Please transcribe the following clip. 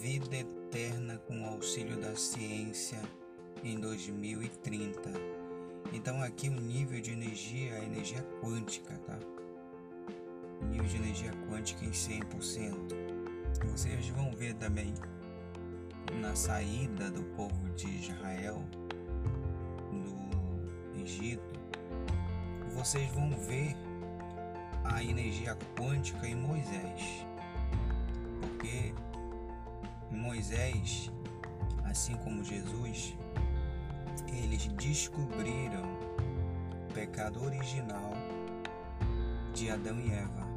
vida eterna com o auxílio da ciência em 2030. Então aqui o nível de energia é a energia quântica, tá? O nível de energia quântica em 100%. Vocês vão ver também na saída do povo de Israel do Egito, vocês vão ver a energia quântica em Moisés, porque Moisés, assim como Jesus, eles descobriram o pecado original de Adão e Eva.